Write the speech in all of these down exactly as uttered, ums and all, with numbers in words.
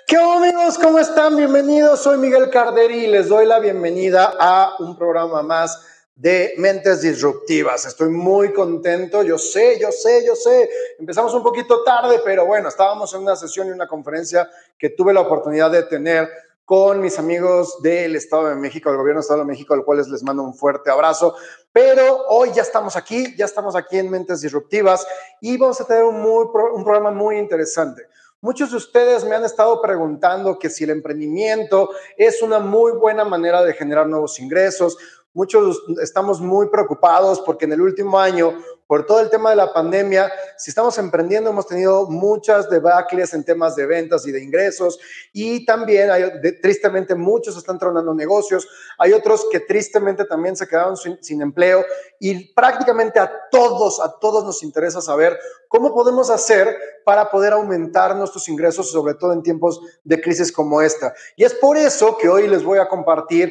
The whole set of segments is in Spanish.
¿Qué onda, amigos? ¿Cómo están? Bienvenidos. Soy Miguel Carderi y les doy la bienvenida a un programa más de Mentes Disruptivas. Estoy muy contento. Yo sé, yo sé, yo sé. Empezamos un poquito tarde, pero bueno, estábamos en una sesión y una conferencia que tuve la oportunidad de tener con mis amigos del Estado de México, del Gobierno del Estado de México, al cual les mando un fuerte abrazo. Pero hoy ya estamos aquí, ya estamos aquí en Mentes Disruptivas y vamos a tener un, muy, un programa muy interesante. Muchos de ustedes me han estado preguntando que si el emprendimiento es una muy buena manera de generar nuevos ingresos. Muchos estamos muy preocupados porque en el último año, por todo el tema de la pandemia, si estamos emprendiendo, hemos tenido muchas debacles en temas de ventas y de ingresos, y también, hay, de, tristemente, muchos están tronando negocios. Hay otros que tristemente también se quedaron sin, sin empleo, y prácticamente a todos, a todos nos interesa saber cómo podemos hacer para poder aumentar nuestros ingresos, sobre todo en tiempos de crisis como esta. Y es por eso que hoy les voy a compartir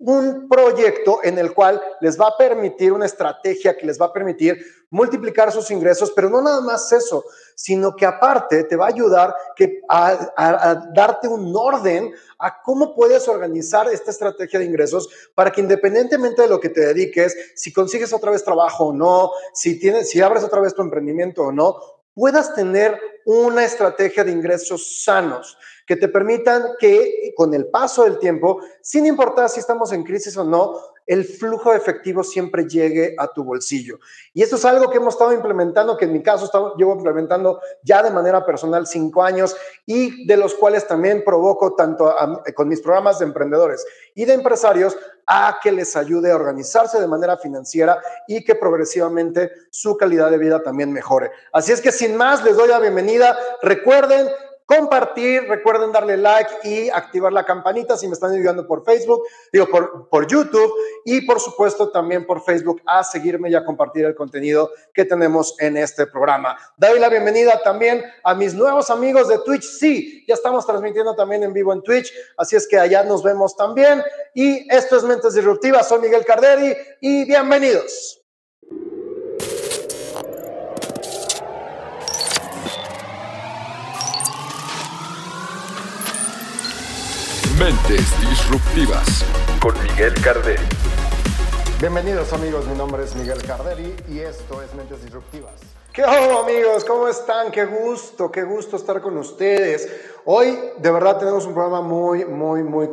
un proyecto en el cual les va a permitir una estrategia que les va a permitir multiplicar sus ingresos, pero no nada más eso, sino que aparte te va a ayudar que a, a, a darte un orden a cómo puedes organizar esta estrategia de ingresos para que independientemente de lo que te dediques, si consigues otra vez trabajo o no, si, tienes, si abres otra vez tu emprendimiento o no, puedas tener una estrategia de ingresos sanos que te permitan que con el paso del tiempo, sin importar si estamos en crisis o no, el flujo de efectivo siempre llegue a tu bolsillo. Y esto es algo que hemos estado implementando, que en mi caso estaba, llevo implementando ya de manera personal cinco años y de los cuales también provoco tanto a, con mis programas de emprendedores y de empresarios a que les ayude a organizarse de manera financiera y que progresivamente su calidad de vida también mejore. Así es que sin más, les doy la bienvenida. Recuerden compartir, recuerden darle like y activar la campanita si me están ayudando por Facebook, digo por, por YouTube, y por supuesto también por Facebook a seguirme y a compartir el contenido que tenemos en este programa. Doy la bienvenida también a mis nuevos amigos de Twitch. Sí, ya estamos transmitiendo también en vivo en Twitch, así es que allá nos vemos también. Y esto es Mentes Disruptivas, soy Miguel Carderi y bienvenidos. Mentes Disruptivas con Miguel Carderi. Bienvenidos, amigos, mi nombre es Miguel Carderi y esto es Mentes Disruptivas. ¿Qué onda, amigos? ¿Cómo están? Qué gusto, qué gusto estar con ustedes. Hoy de verdad tenemos un programa muy, muy, muy,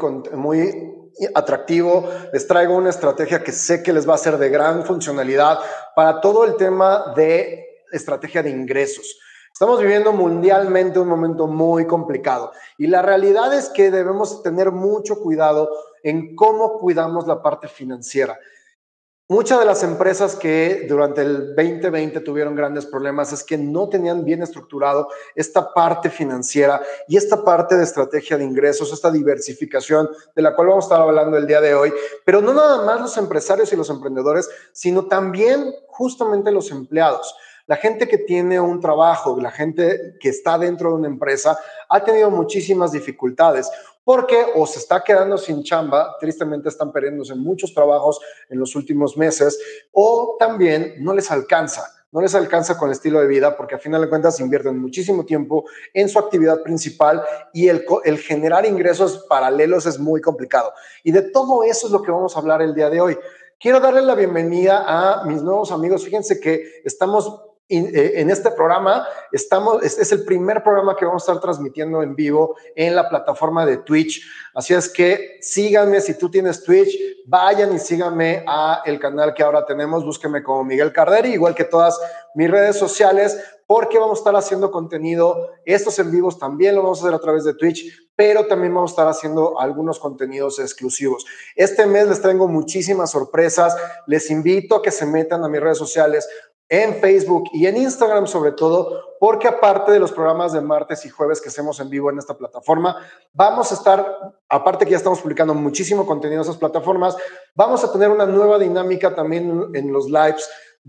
muy atractivo. Les traigo una estrategia que sé que les va a ser de gran funcionalidad para todo el tema de estrategia de ingresos. Estamos viviendo mundialmente un momento muy complicado y la realidad es que debemos tener mucho cuidado en cómo cuidamos la parte financiera. Muchas de las empresas que durante el veinte veinte tuvieron grandes problemas es que no tenían bien estructurado esta parte financiera y esta parte de estrategia de ingresos, esta diversificación de la cual vamos a estar hablando el día de hoy, pero no nada más los empresarios y los emprendedores, sino también justamente los empleados. La gente que tiene un trabajo, la gente que está dentro de una empresa, ha tenido muchísimas dificultades porque o se está quedando sin chamba, tristemente están perdiéndose muchos trabajos en los últimos meses, o también no les alcanza. No les alcanza con el estilo de vida porque a final de cuentas invierten muchísimo tiempo en su actividad principal y el, el generar ingresos paralelos es muy complicado. Y de todo eso es lo que vamos a hablar el día de hoy. Quiero darle la bienvenida a mis nuevos amigos. Fíjense que estamos en este programa, estamos, es el primer programa que vamos a estar transmitiendo en vivo en la plataforma de Twitch. Así es que síganme, si tú tienes Twitch, vayan y síganme a el canal que ahora tenemos, búsquenme como Miguel Carderi, igual que todas mis redes sociales, porque vamos a estar haciendo contenido, estos en vivos también lo vamos a hacer a través de Twitch, pero también vamos a estar haciendo algunos contenidos exclusivos. Este mes les traigo muchísimas sorpresas, les invito a que se metan a mis redes sociales, en Facebook y en Instagram sobre todo, porque aparte de los programas de martes y jueves que hacemos en vivo en esta plataforma, vamos a estar, aparte que ya estamos publicando muchísimo contenido en esas plataformas, vamos a tener una nueva dinámica también en los lives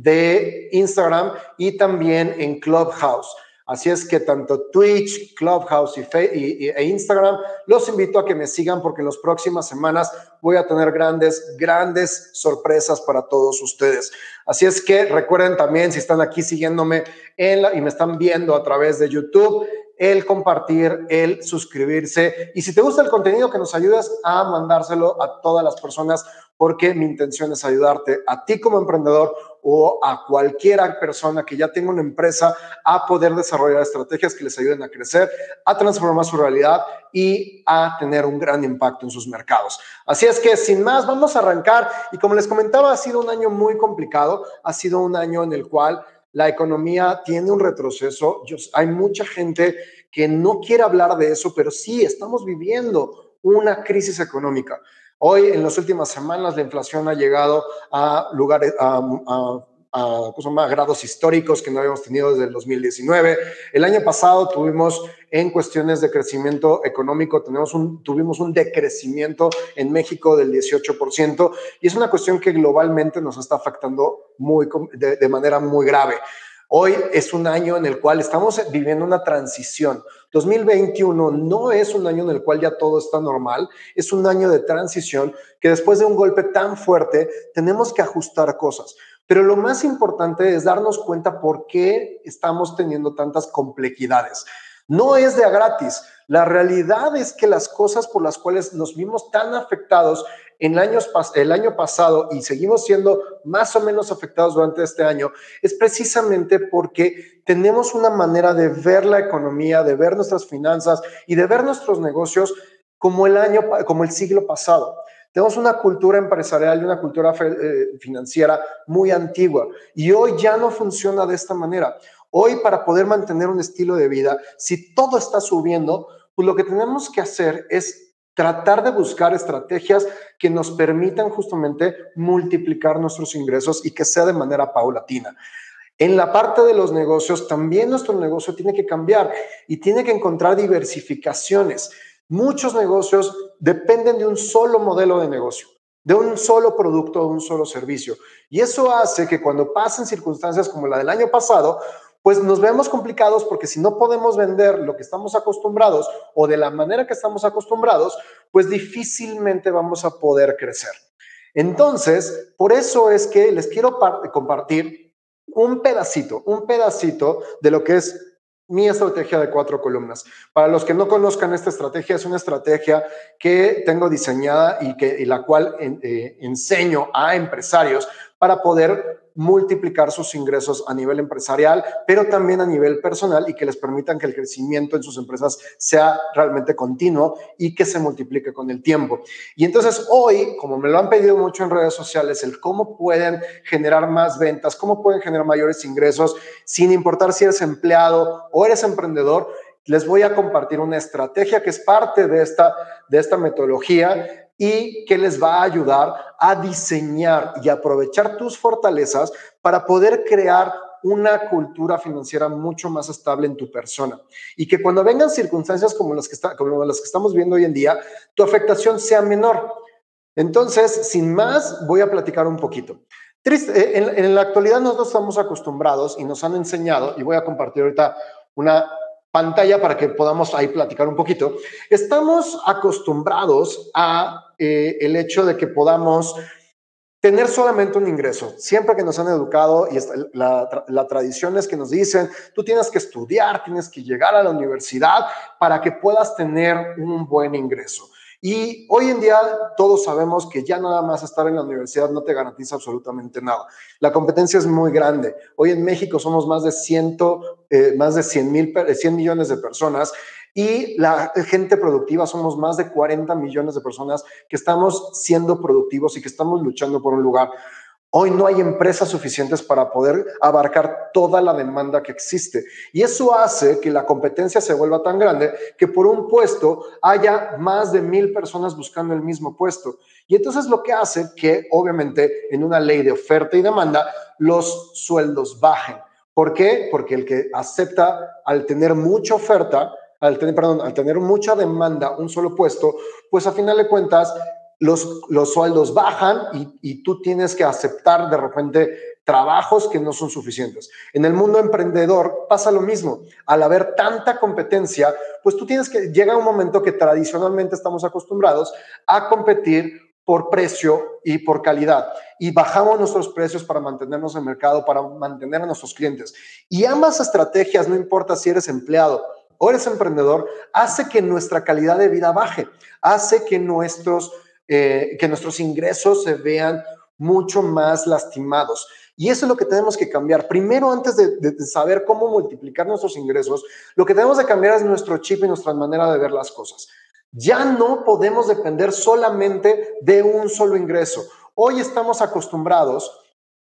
de Instagram y también en Clubhouse. Así es que tanto Twitch, Clubhouse y, y, y, e Instagram, los invito a que me sigan porque en las próximas semanas voy a tener grandes, grandes sorpresas para todos ustedes. Así es que recuerden también, si están aquí siguiéndome en la, y me están viendo a través de YouTube, el compartir, el suscribirse. Y si te gusta el contenido, que nos ayudes a mandárselo a todas las personas, porque mi intención es ayudarte a ti como emprendedor o a cualquier persona que ya tenga una empresa a poder desarrollar estrategias que les ayuden a crecer, a transformar su realidad y a tener un gran impacto en sus mercados. Así es que sin más, vamos a arrancar. Y como les comentaba, ha sido un año muy complicado, ha sido un año en el cual la economía tiene un retroceso. Yo, hay mucha gente que no quiere hablar de eso, pero sí, estamos viviendo una crisis económica. Hoy, en las últimas semanas, la inflación ha llegado a lugares, a, a, a, a grados históricos que no habíamos tenido desde el dos mil diecinueve. El año pasado tuvimos, en cuestiones de crecimiento económico, tenemos un, tuvimos un decrecimiento en México del dieciocho por ciento, y es una cuestión que globalmente nos está afectando muy, de, de manera muy grave. Hoy es un año en el cual estamos viviendo una transición. dos mil veintiuno no es un año en el cual ya todo está normal, es un año de transición que después de un golpe tan fuerte tenemos que ajustar cosas. Pero lo más importante es darnos cuenta por qué estamos teniendo tantas complejidades. No es de a gratis. La realidad es que las cosas por las cuales nos vimos tan afectados en años, el año pasado y seguimos siendo más o menos afectados durante este año es precisamente porque tenemos una manera de ver la economía, de ver nuestras finanzas y de ver nuestros negocios como el año, como el siglo pasado. Tenemos una cultura empresarial y una cultura financiera muy antigua y hoy ya no funciona de esta manera. Hoy, para poder mantener un estilo de vida, si todo está subiendo, pues lo que tenemos que hacer es tratar de buscar estrategias que nos permitan justamente multiplicar nuestros ingresos y que sea de manera paulatina. En la parte de los negocios, también nuestro negocio tiene que cambiar y tiene que encontrar diversificaciones. Muchos negocios dependen de un solo modelo de negocio, de un solo producto o un solo servicio. Y eso hace que cuando pasen circunstancias como la del año pasado, pues nos vemos complicados, porque si no podemos vender lo que estamos acostumbrados o de la manera que estamos acostumbrados, pues difícilmente vamos a poder crecer. Entonces, por eso es que les quiero compartir un pedacito, un pedacito de lo que es mi estrategia de cuatro columnas. Para los que no conozcan esta estrategia, es una estrategia que tengo diseñada y, que, y la cual en, eh, enseño a empresarios para poder multiplicar sus ingresos a nivel empresarial, pero también a nivel personal, y que les permitan que el crecimiento en sus empresas sea realmente continuo y que se multiplique con el tiempo. Y entonces hoy, como me lo han pedido mucho en redes sociales, el cómo pueden generar más ventas, cómo pueden generar mayores ingresos, sin importar si eres empleado o eres emprendedor, les voy a compartir una estrategia que es parte de esta, de esta metodología y que les va a ayudar a diseñar y aprovechar tus fortalezas para poder crear una cultura financiera mucho más estable en tu persona, y que cuando vengan circunstancias como las que, está, como las que estamos viendo hoy en día, tu afectación sea menor. Entonces, sin más, voy a platicar un poquito. Triste, en, en la actualidad nosotros estamos acostumbrados y nos han enseñado, y voy a compartir ahorita una pantalla para que podamos ahí platicar un poquito. Estamos acostumbrados a eh, el hecho de que podamos tener solamente un ingreso. Siempre que nos han educado, y la, la tradición es que nos dicen, tú tienes que estudiar, tienes que llegar a la universidad para que puedas tener un buen ingreso. Y hoy en día todos sabemos que ya nada más estar en la universidad no te garantiza absolutamente nada. La competencia es muy grande. Hoy en México somos más de, cien, eh, más de cien, mil, cien millones de personas, y la gente productiva somos más de cuarenta millones de personas que estamos siendo productivos y que estamos luchando por un lugar. Hoy no hay empresas suficientes para poder abarcar toda la demanda que existe, y eso hace que la competencia se vuelva tan grande que por un puesto haya más de mil personas buscando el mismo puesto. Y entonces lo que hace que, obviamente, en una ley de oferta y demanda, los sueldos bajen. ¿Por qué? Porque el que acepta, al tener mucha oferta, al tener, perdón, al tener mucha demanda, un solo puesto, pues a final de cuentas Los, los sueldos bajan y, y tú tienes que aceptar de repente trabajos que no son suficientes. En el mundo emprendedor pasa lo mismo. Al haber tanta competencia, pues tú tienes que, llega un momento que tradicionalmente estamos acostumbrados a competir por precio y por calidad, y bajamos nuestros precios para mantenernos en el mercado, para mantener a nuestros clientes. Y ambas estrategias, no importa si eres empleado o eres emprendedor, hace que nuestra calidad de vida baje, hace que nuestros, eh, que nuestros ingresos se vean mucho más lastimados. Y eso es lo que tenemos que cambiar. Primero, antes de, de, de saber cómo multiplicar nuestros ingresos, lo que tenemos que cambiar es nuestro chip y nuestra manera de ver las cosas. Ya no podemos depender solamente de un solo ingreso. Hoy estamos acostumbrados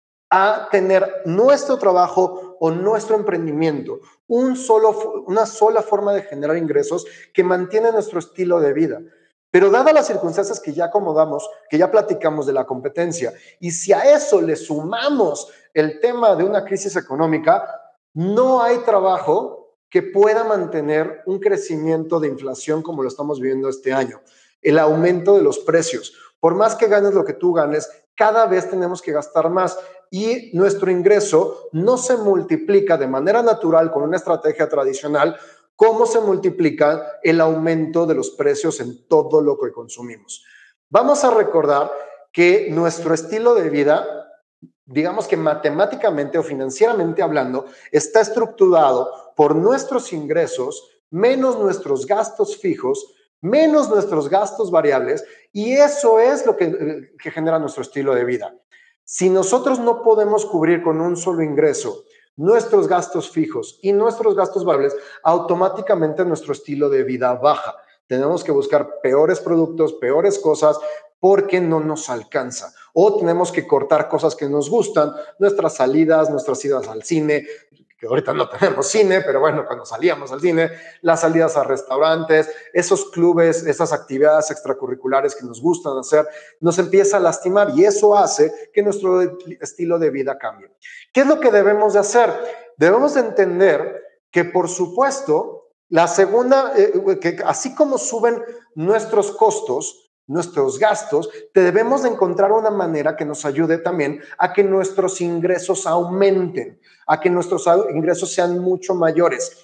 a tener nuestro trabajo o nuestro emprendimiento, un solo, una sola forma de generar ingresos que mantiene nuestro estilo de vida. Pero dadas las circunstancias que ya acomodamos, que ya platicamos de la competencia, y si a eso le sumamos el tema de una crisis económica, no hay trabajo que pueda mantener un crecimiento de inflación como lo estamos viviendo este año. El aumento de los precios. Por más que ganes lo que tú ganes, cada vez tenemos que gastar más y nuestro ingreso no se multiplica de manera natural con una estrategia tradicional, cómo se multiplica el aumento de los precios en todo lo que consumimos. Vamos a recordar que nuestro estilo de vida, digamos que matemáticamente o financieramente hablando, está estructurado por nuestros ingresos menos nuestros gastos fijos, menos nuestros gastos variables, y eso es lo que, que genera nuestro estilo de vida. Si nosotros no podemos cubrir con un solo ingreso nuestros gastos fijos y nuestros gastos variables, automáticamente nuestro estilo de vida baja. Tenemos que buscar peores productos, peores cosas, porque no nos alcanza. O tenemos que cortar cosas que nos gustan, nuestras salidas, nuestras idas al cine, que ahorita no tenemos cine, pero bueno, cuando salíamos al cine, las salidas a restaurantes, esos clubes, esas actividades extracurriculares que nos gustan hacer, nos empieza a lastimar y eso hace que nuestro estilo de vida cambie. ¿Qué es lo que debemos de hacer? Debemos de entender que, por supuesto, la segunda, eh, que así como suben nuestros costos, nuestros gastos, debemos de encontrar una manera que nos ayude también a que nuestros ingresos aumenten, a que nuestros ingresos sean mucho mayores.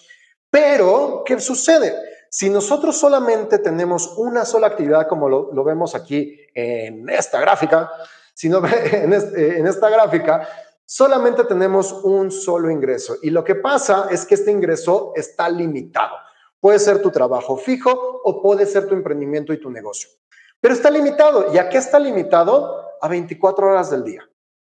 Pero, ¿qué sucede? Si nosotros solamente tenemos una sola actividad, como lo, lo vemos aquí en esta gráfica, si no, en, este, en esta gráfica, solamente tenemos un solo ingreso. Y lo que pasa es que este ingreso está limitado. Puede ser tu trabajo fijo o puede ser tu emprendimiento y tu negocio. Pero está limitado. ¿Y a qué está limitado? A veinticuatro horas del día.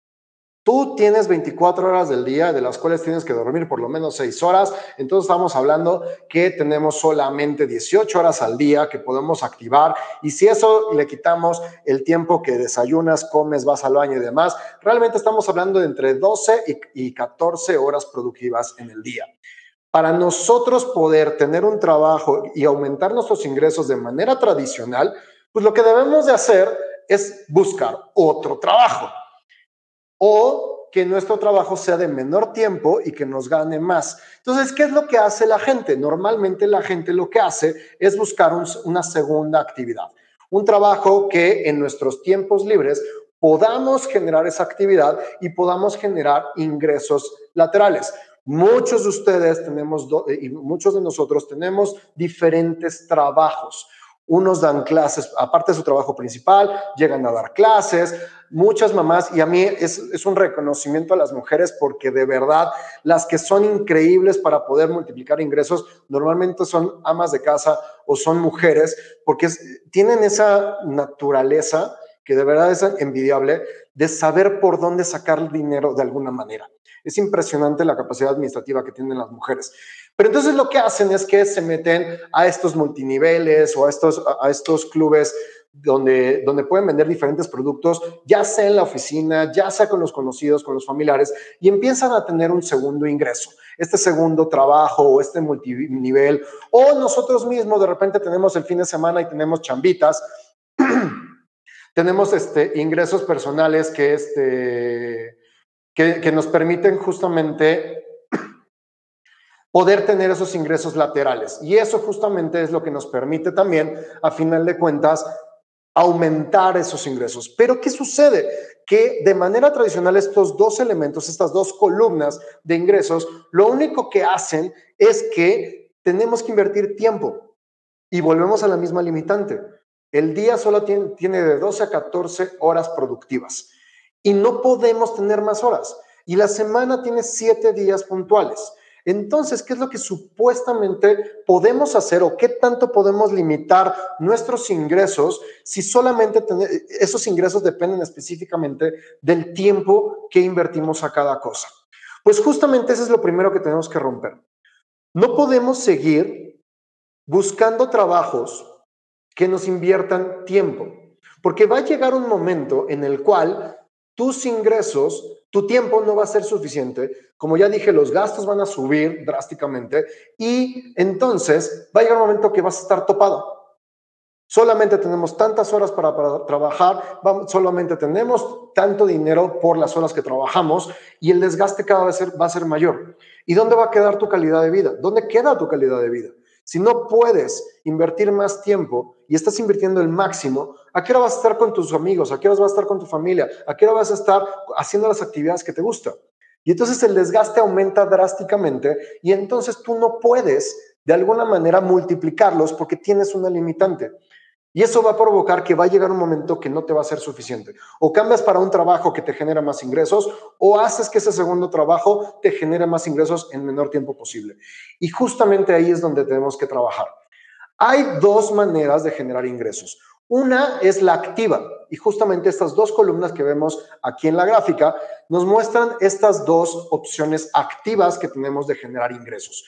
Tú tienes veinticuatro horas del día, de las cuales tienes que dormir por lo menos seis horas. Entonces estamos hablando que tenemos solamente dieciocho horas al día que podemos activar. Y si eso le quitamos el tiempo que desayunas, comes, vas al baño y demás, realmente estamos hablando de entre doce y catorce horas productivas en el día. Para nosotros poder tener un trabajo y aumentar nuestros ingresos de manera tradicional, pues lo que debemos de hacer es buscar otro trabajo o que nuestro trabajo sea de menor tiempo y que nos gane más. Entonces, ¿qué es lo que hace la gente? Normalmente la gente lo que hace es buscar un, una segunda actividad, un trabajo que en nuestros tiempos libres podamos generar esa actividad y podamos generar ingresos laterales. Muchos de ustedes tenemos, y muchos de nosotros tenemos diferentes trabajos. Unos dan clases, aparte de su trabajo principal, llegan a dar clases, muchas mamás, y a mí es, es un reconocimiento a las mujeres porque de verdad las que son increíbles para poder multiplicar ingresos normalmente son amas de casa o son mujeres porque es, tienen esa naturaleza que de verdad es envidiable de saber por dónde sacar dinero de alguna manera. Es impresionante la capacidad administrativa que tienen las mujeres. Pero entonces lo que hacen es que se meten a estos multiniveles o a estos, a estos clubes donde, donde pueden vender diferentes productos, ya sea en la oficina, ya sea con los conocidos, con los familiares, y empiezan a tener un segundo ingreso, este segundo trabajo o este multinivel. O nosotros mismos de repente tenemos el fin de semana y tenemos chambitas, tenemos este, ingresos personales que, este, que, que nos permiten justamente poder tener esos ingresos laterales. Y eso justamente es lo que nos permite también, a final de cuentas, aumentar esos ingresos. Pero ¿qué sucede? Que de manera tradicional estos dos elementos, estas dos columnas de ingresos, lo único que hacen es que tenemos que invertir tiempo y volvemos a la misma limitante. El día solo tiene, tiene de doce a catorce horas productivas y no podemos tener más horas. Y la semana tiene siete días puntuales. Entonces, ¿qué es lo que supuestamente podemos hacer o qué tanto podemos limitar nuestros ingresos si solamente ten- esos ingresos dependen específicamente del tiempo que invertimos a cada cosa? Pues justamente eso es lo primero que tenemos que romper. No podemos seguir buscando trabajos que nos inviertan tiempo, porque va a llegar un momento en el cual tus ingresos, tu tiempo no va a ser suficiente. Como ya dije, los gastos van a subir drásticamente y entonces va a llegar un momento que vas a estar topado. Solamente tenemos tantas horas para, para trabajar, vamos, solamente tenemos tanto dinero por las horas que trabajamos y el desgaste cada vez ser, va a ser mayor. ¿Y dónde va a quedar tu calidad de vida? ¿Dónde queda tu calidad de vida? Si no puedes invertir más tiempo y estás invirtiendo el máximo, ¿a qué hora vas a estar con tus amigos? ¿A qué hora vas a estar con tu familia? ¿A qué hora vas a estar haciendo las actividades que te gustan? Y entonces el desgaste aumenta drásticamente y entonces tú no puedes de alguna manera multiplicarlos porque tienes una limitante. Y eso va a provocar que va a llegar un momento que no te va a ser suficiente. O cambias para un trabajo que te genera más ingresos o haces que ese segundo trabajo te genere más ingresos en menor tiempo posible. Y justamente ahí es donde tenemos que trabajar. Hay dos maneras de generar ingresos. Una es la activa y justamente estas dos columnas que vemos aquí en la gráfica nos muestran estas dos opciones activas que tenemos de generar ingresos.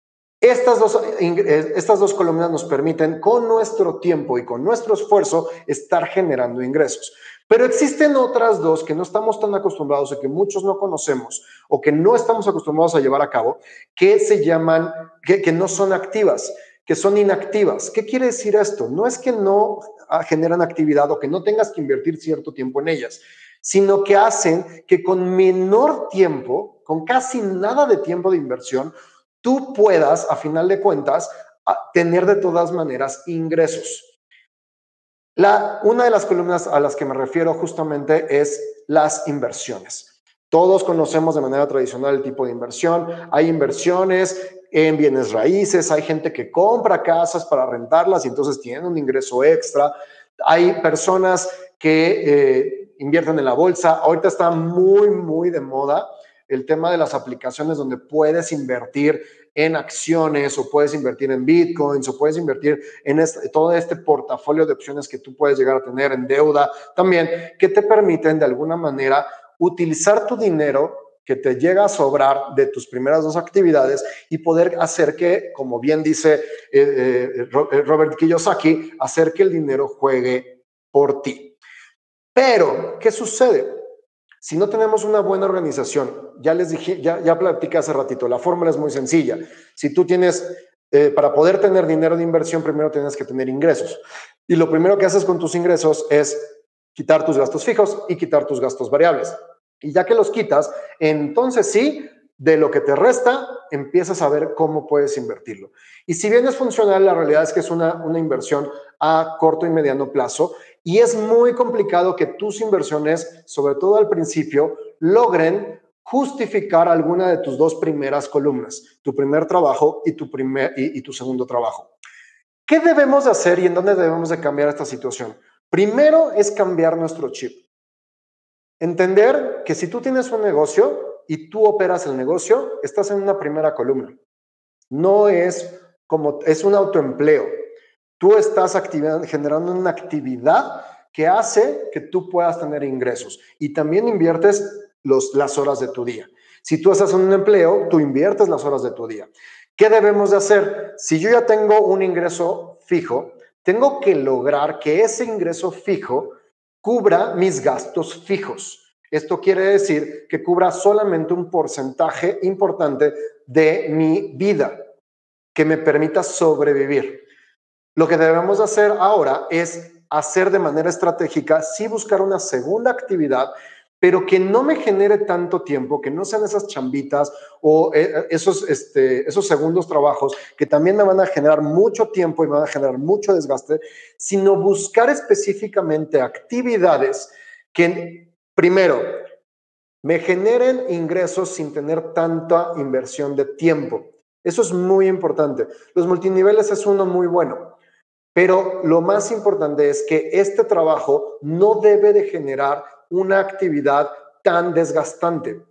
Estas dos, estas dos columnas nos permiten con nuestro tiempo y con nuestro esfuerzo estar generando ingresos. Pero existen otras dos que no estamos tan acostumbrados y que muchos no conocemos o que no estamos acostumbrados a llevar a cabo, que se llaman, que, que no son activas, que son inactivas. ¿Qué quiere decir esto? No es que no generan actividad o que no tengas que invertir cierto tiempo en ellas, sino que hacen que con menor tiempo, con casi nada de tiempo de inversión, tú puedas, a final de cuentas, tener de todas maneras ingresos. La, una de las columnas a las que me refiero justamente es las inversiones. Todos conocemos de manera tradicional el tipo de inversión. Hay inversiones en bienes raíces, hay gente que compra casas para rentarlas y entonces tienen un ingreso extra. Hay personas que eh, invierten en la bolsa. Ahorita está muy, muy de moda el tema de las aplicaciones donde puedes invertir en acciones o puedes invertir en bitcoins o puedes invertir en este, todo este portafolio de opciones que tú puedes llegar a tener en deuda también, que te permiten de alguna manera utilizar tu dinero que te llega a sobrar de tus primeras dos actividades y poder hacer que, como bien dice eh, eh, Robert Kiyosaki, hacer que el dinero juegue por ti. Pero, ¿qué sucede? Si no tenemos una buena organización, ya les dije, ya, ya platicé hace ratito, la fórmula es muy sencilla. Si tú tienes, eh, para poder tener dinero de inversión, primero tienes que tener ingresos. Y lo primero que haces con tus ingresos es quitar tus gastos fijos y quitar tus gastos variables. Y ya que los quitas, entonces sí, de lo que te resta, empiezas a ver cómo puedes invertirlo. Y si bien es funcional, la realidad es que es una, una inversión a corto y mediano plazo y es muy complicado que tus inversiones, sobre todo al principio, logren justificar alguna de tus dos primeras columnas, tu primer trabajo y tu, primer, y, y tu segundo trabajo. ¿Qué debemos de hacer y en dónde debemos de cambiar esta situación? Primero es cambiar nuestro chip. Entender que si tú tienes un negocio y tú operas el negocio, estás en una primera columna. No es como, es un autoempleo. Tú estás generando una actividad que hace que tú puedas tener ingresos y también inviertes los, las horas de tu día. Si tú estás en un empleo, tú inviertes las horas de tu día. ¿Qué debemos de hacer? Si yo ya tengo un ingreso fijo, tengo que lograr que ese ingreso fijo cubra mis gastos fijos. Esto quiere decir que cubra solamente un porcentaje importante de mi vida, que me permita sobrevivir. Lo que debemos hacer ahora es hacer de manera estratégica, sí buscar una segunda actividad, pero que no me genere tanto tiempo, que no sean esas chambitas o esos, este, esos segundos trabajos que también me van a generar mucho tiempo y me van a generar mucho desgaste, sino buscar específicamente actividades que, primero, me generen ingresos sin tener tanta inversión de tiempo. Eso es muy importante. Los multiniveles es uno muy bueno. Pero lo más importante es que este trabajo no debe de generar una actividad tan desgastante.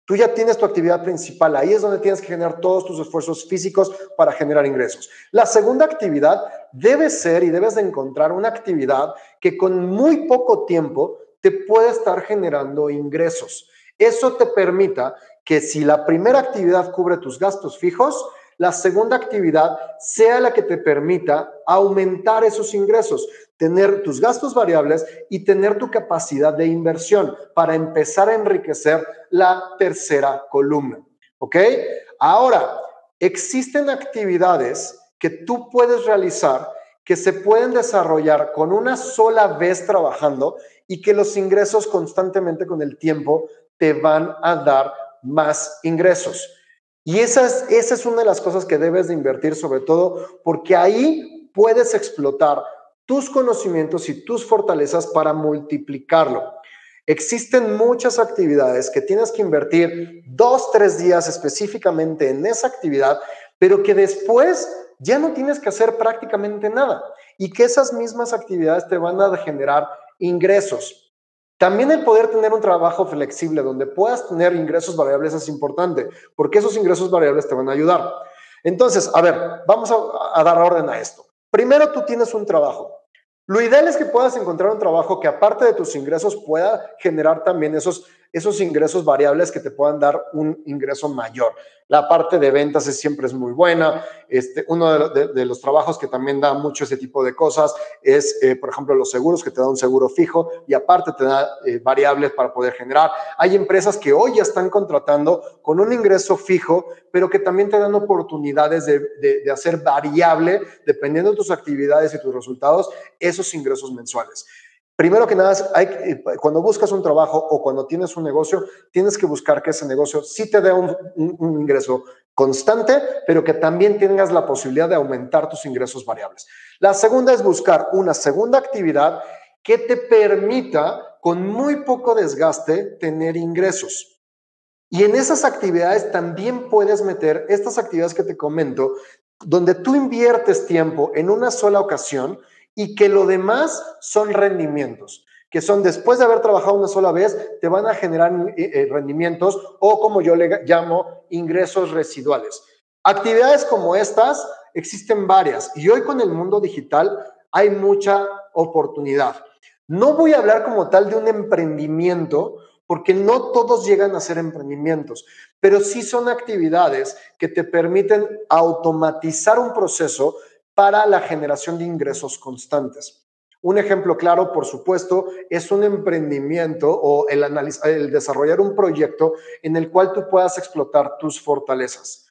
Tú ya tienes tu actividad principal, ahí es donde tienes que generar todos tus esfuerzos físicos para generar ingresos. La segunda actividad debe ser y debes de encontrar una actividad que con muy poco tiempo te pueda estar generando ingresos. Eso te permita que si la primera actividad cubre tus gastos fijos, la segunda actividad sea la que te permita aumentar esos ingresos, tener tus gastos variables y tener tu capacidad de inversión para empezar a enriquecer la tercera columna, ¿ok? Ahora, existen actividades que tú puedes realizar que se pueden desarrollar con una sola vez trabajando y que los ingresos constantemente con el tiempo te van a dar más ingresos. Y esa es, esa es una de las cosas que debes de invertir, sobre todo porque ahí puedes explotar tus conocimientos y tus fortalezas para multiplicarlo. Existen muchas actividades que tienes que invertir dos, tres días específicamente en esa actividad, pero que después ya no tienes que hacer prácticamente nada y que esas mismas actividades te van a generar ingresos. También el poder tener un trabajo flexible donde puedas tener ingresos variables es importante, porque esos ingresos variables te van a ayudar. Entonces, a ver, vamos a, a dar orden a esto. Primero, tú tienes un trabajo. Lo ideal es que puedas encontrar un trabajo que aparte de tus ingresos pueda generar también esos, esos ingresos variables que te puedan dar un ingreso mayor. La parte de ventas es, siempre es muy buena. Este, uno de, de, de los trabajos que también da mucho ese tipo de cosas es, eh, por ejemplo, los seguros, que te da un seguro fijo y aparte te da eh, variables para poder generar. Hay empresas que hoy ya están contratando con un ingreso fijo, pero que también te dan oportunidades de, de, de hacer variable, dependiendo de tus actividades y tus resultados, esos ingresos mensuales. Primero que nada, hay, cuando buscas un trabajo o cuando tienes un negocio, tienes que buscar que ese negocio sí te dé un, un, un ingreso constante, pero que también tengas la posibilidad de aumentar tus ingresos variables. La segunda es buscar una segunda actividad que te permita, con muy poco desgaste, tener ingresos. Y en esas actividades también puedes meter estas actividades que te comento, donde tú inviertes tiempo en una sola ocasión y que lo demás son rendimientos, que son después de haber trabajado una sola vez, te van a generar eh, rendimientos o como yo le llamo, ingresos residuales. Actividades como estas existen varias y hoy con el mundo digital hay mucha oportunidad. No voy a hablar como tal de un emprendimiento porque no todos llegan a ser emprendimientos, pero sí son actividades que te permiten automatizar un proceso para la generación de ingresos constantes. Un ejemplo claro, por supuesto, es un emprendimiento o el, analizar, el desarrollar un proyecto en el cual tú puedas explotar tus fortalezas.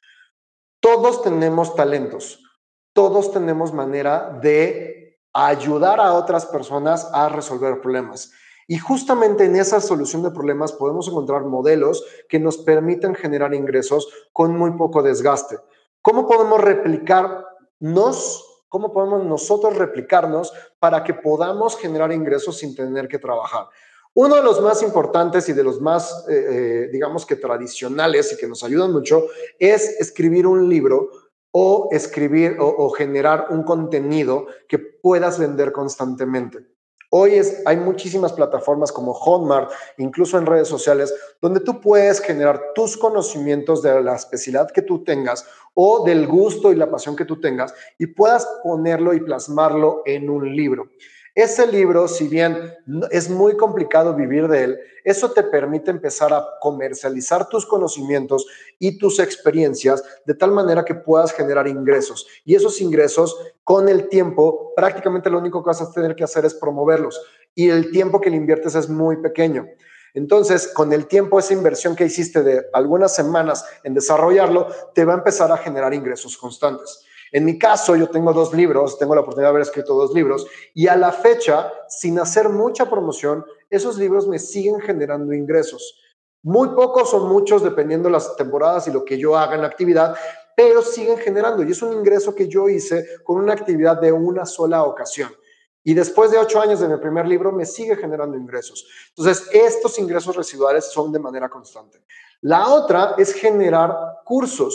Todos tenemos talentos, todos tenemos manera de ayudar a otras personas a resolver problemas. Y justamente en esa solución de problemas podemos encontrar modelos que nos permitan generar ingresos con muy poco desgaste. ¿Cómo podemos replicar Nos, ¿Cómo podemos nosotros replicarnos para que podamos generar ingresos sin tener que trabajar? Uno de los más importantes y de los más, eh, eh, digamos que tradicionales y que nos ayudan mucho es escribir un libro o escribir o, o generar un contenido que puedas vender constantemente. Hoy es, hay muchísimas plataformas como Hotmart, incluso en redes sociales, donde tú puedes generar tus conocimientos de la especialidad que tú tengas o del gusto y la pasión que tú tengas y puedas ponerlo y plasmarlo en un libro. Ese libro, si bien es muy complicado vivir de él, eso te permite empezar a comercializar tus conocimientos y tus experiencias de tal manera que puedas generar ingresos. Y esos ingresos, con el tiempo, prácticamente lo único que vas a tener que hacer es promoverlos. Y el tiempo que le inviertes es muy pequeño. Entonces, con el tiempo, esa inversión que hiciste de algunas semanas en desarrollarlo, te va a empezar a generar ingresos constantes. En mi caso, yo tengo dos libros, tengo la oportunidad de haber escrito dos libros y a la fecha, sin hacer mucha promoción, esos libros me siguen generando ingresos. Muy pocos o muchos, dependiendo las temporadas y lo que yo haga en la actividad, pero siguen generando y es un ingreso que yo hice con una actividad de una sola ocasión. Y después de ocho años de mi primer libro, me sigue generando ingresos. Entonces, estos ingresos residuales son de manera constante. La otra es generar cursos.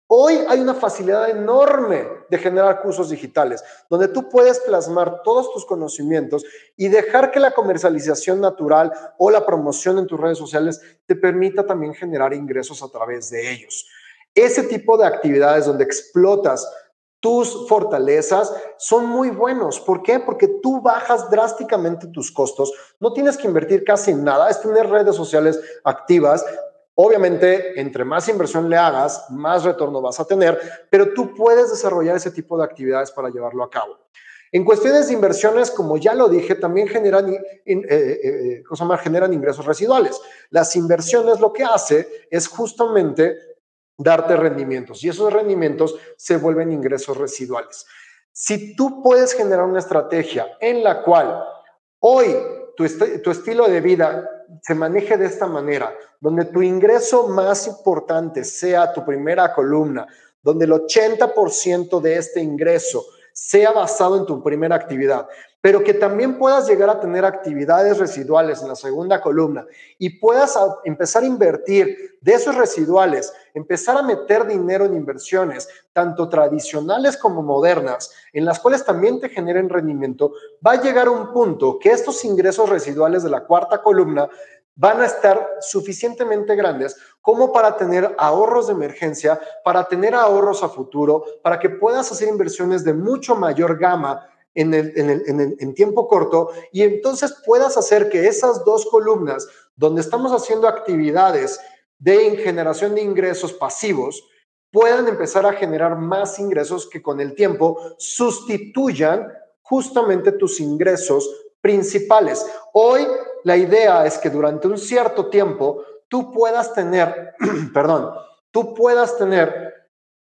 Hoy hay una facilidad enorme de generar cursos digitales, donde tú puedes plasmar todos tus conocimientos y dejar que la comercialización natural o la promoción en tus redes sociales te permita también generar ingresos a través de ellos. Ese tipo de actividades donde explotas tus fortalezas son muy buenos. ¿Por qué? Porque tú bajas drásticamente tus costos, no tienes que invertir casi nada, es tener redes sociales activas. Obviamente, entre más inversión le hagas, más retorno vas a tener, pero tú puedes desarrollar ese tipo de actividades para llevarlo a cabo. En cuestiones de inversiones, como ya lo dije, también generan, eh, eh, eh, generan ingresos residuales. Las inversiones lo que hace es justamente darte rendimientos y esos rendimientos se vuelven ingresos residuales. Si tú puedes generar una estrategia en la cual hoy tu, est tu estilo de vida se maneje de esta manera, donde tu ingreso más importante sea tu primera columna, donde el ochenta por ciento de este ingreso sea basado en tu primera actividad, pero que también puedas llegar a tener actividades residuales en la segunda columna y puedas a empezar a invertir de esos residuales, empezar a meter dinero en inversiones, tanto tradicionales como modernas, en las cuales también te generen rendimiento, va a llegar a un punto que estos ingresos residuales de la cuarta columna van a estar suficientemente grandes como para tener ahorros de emergencia, para tener ahorros a futuro, para que puedas hacer inversiones de mucho mayor gama en, el, en, el, en, el, en tiempo corto y entonces puedas hacer que esas dos columnas donde estamos haciendo actividades de generación de ingresos pasivos puedan empezar a generar más ingresos que con el tiempo sustituyan justamente tus ingresos principales. Hoy la idea es que durante un cierto tiempo tú puedas tener, perdón, tú puedas tener,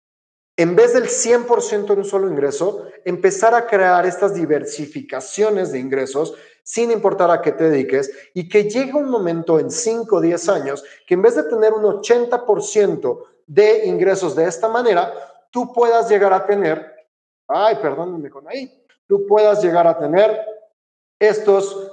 en vez del cien por ciento de un solo ingreso, empezar a crear estas diversificaciones de ingresos sin importar a qué te dediques y que llegue un momento en cinco o diez años que en vez de tener un ochenta por ciento de ingresos de esta manera, tú puedas llegar a tener, ay, perdónenme con ahí, tú puedas llegar a tener estos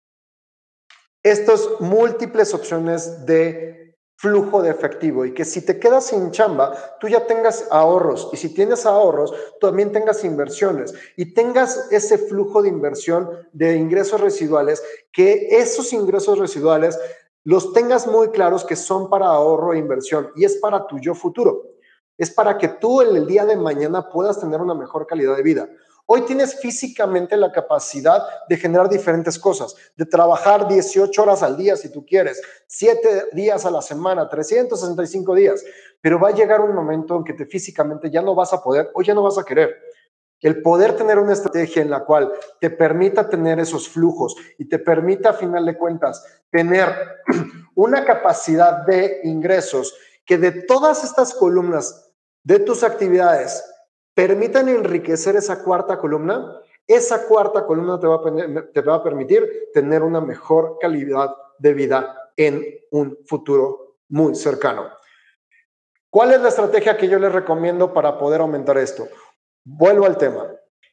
estas múltiples opciones de flujo de efectivo y que si te quedas sin chamba, tú ya tengas ahorros y si tienes ahorros, también tengas inversiones y tengas ese flujo de inversión de ingresos residuales, que esos ingresos residuales los tengas muy claros que son para ahorro e inversión y es para tu yo futuro. Es para que tú en el día de mañana puedas tener una mejor calidad de vida. Hoy tienes físicamente la capacidad de generar diferentes cosas, de trabajar dieciocho horas al día si tú quieres, siete días a la semana, trescientos sesenta y cinco días, pero va a llegar un momento en que te físicamente ya no vas a poder o ya no vas a querer. El poder tener una estrategia en la cual te permita tener esos flujos y te permita a final de cuentas tener una capacidad de ingresos que de todas estas columnas de tus actividades permitan enriquecer esa cuarta columna, esa cuarta columna te va, a, te va a permitir tener una mejor calidad de vida en un futuro muy cercano. ¿Cuál es la estrategia que yo les recomiendo para poder aumentar esto? Vuelvo al tema.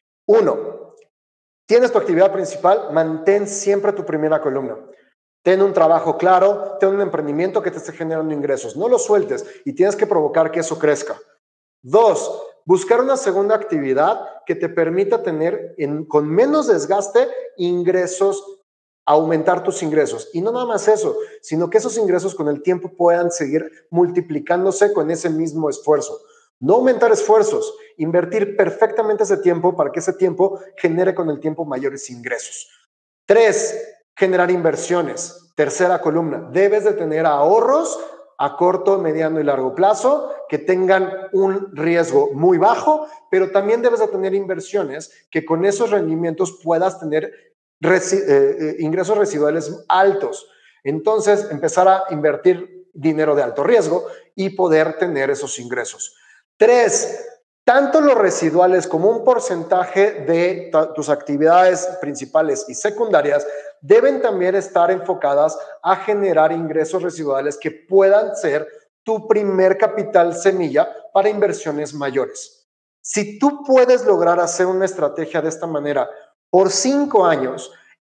Uno, tienes tu actividad principal, mantén siempre tu primera columna. Ten un trabajo claro, ten un emprendimiento que te esté generando ingresos. No lo sueltes y tienes que provocar que eso crezca. Dos, buscar una segunda actividad que te permita tener en, con menos desgaste ingresos, aumentar tus ingresos. Y no nada más eso, sino que esos ingresos con el tiempo puedan seguir multiplicándose con ese mismo esfuerzo. No aumentar esfuerzos, invertir perfectamente ese tiempo para que ese tiempo genere con el tiempo mayores ingresos. Tres, generar inversiones. Tercera columna, debes de tener ahorros a corto, mediano y largo plazo que tengan un riesgo muy bajo, pero también debes de tener inversiones que con esos rendimientos puedas tener resi eh, ingresos residuales altos. Entonces, empezar a invertir dinero de alto riesgo y poder tener esos ingresos. Tres, tanto los residuales como un porcentaje de tus actividades principales y secundarias deben también estar enfocadas a generar ingresos residuales que puedan ser tu primer capital semilla para inversiones mayores. Si tú puedes lograr hacer una estrategia de esta manera por cinco años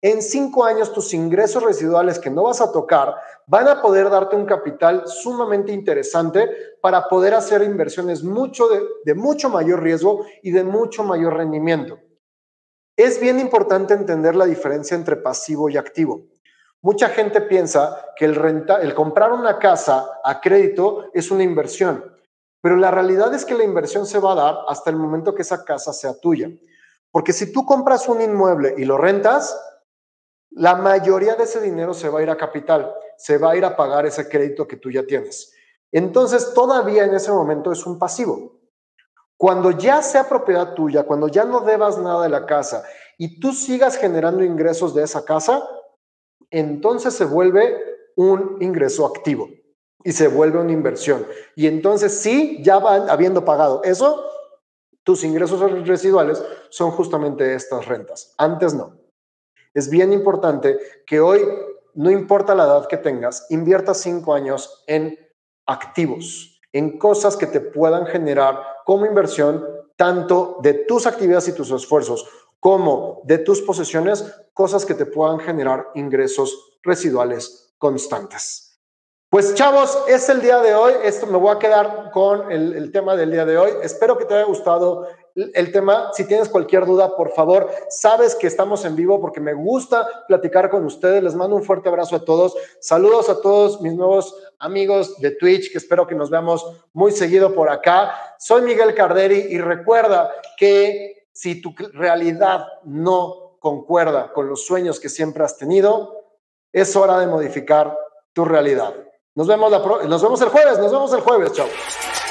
En cinco años tus ingresos residuales que no vas a tocar van a poder darte un capital sumamente interesante para poder hacer inversiones mucho de, de mucho mayor riesgo y de mucho mayor rendimiento. Es bien importante entender la diferencia entre pasivo y activo. Mucha gente piensa que el, renta, el comprar una casa a crédito es una inversión, pero la realidad es que la inversión se va a dar hasta el momento que esa casa sea tuya. Porque si tú compras un inmueble y lo rentas, la mayoría de ese dinero se va a ir a capital, se va a ir a pagar ese crédito que tú ya tienes. Entonces, todavía en ese momento es un pasivo. Cuando ya sea propiedad tuya, cuando ya no debas nada de la casa y tú sigas generando ingresos de esa casa, entonces se vuelve un ingreso activo y se vuelve una inversión. Y entonces sí, ya van habiendo pagado eso, tus ingresos residuales son justamente estas rentas. Antes no. Es bien importante que hoy, no importa la edad que tengas, inviertas cinco años en activos, en cosas que te puedan generar como inversión, tanto de tus actividades y tus esfuerzos, como de tus posesiones, cosas que te puedan generar ingresos residuales constantes. Pues chavos, es el día de hoy. Esto me voy a quedar con el, el tema del día de hoy. Espero que te haya gustado el tema. Si tienes cualquier duda, por favor, sabes que estamos en vivo porque me gusta platicar con ustedes. Les mando un fuerte abrazo a todos. Saludos a todos mis nuevos amigos de Twitch, que espero que nos veamos muy seguido por acá. Soy Miguel Carderi y recuerda que si tu realidad no concuerda con los sueños que siempre has tenido, es hora de modificar tu realidad. Nos vemos, la pro- nos vemos el jueves, nos vemos el jueves, chao.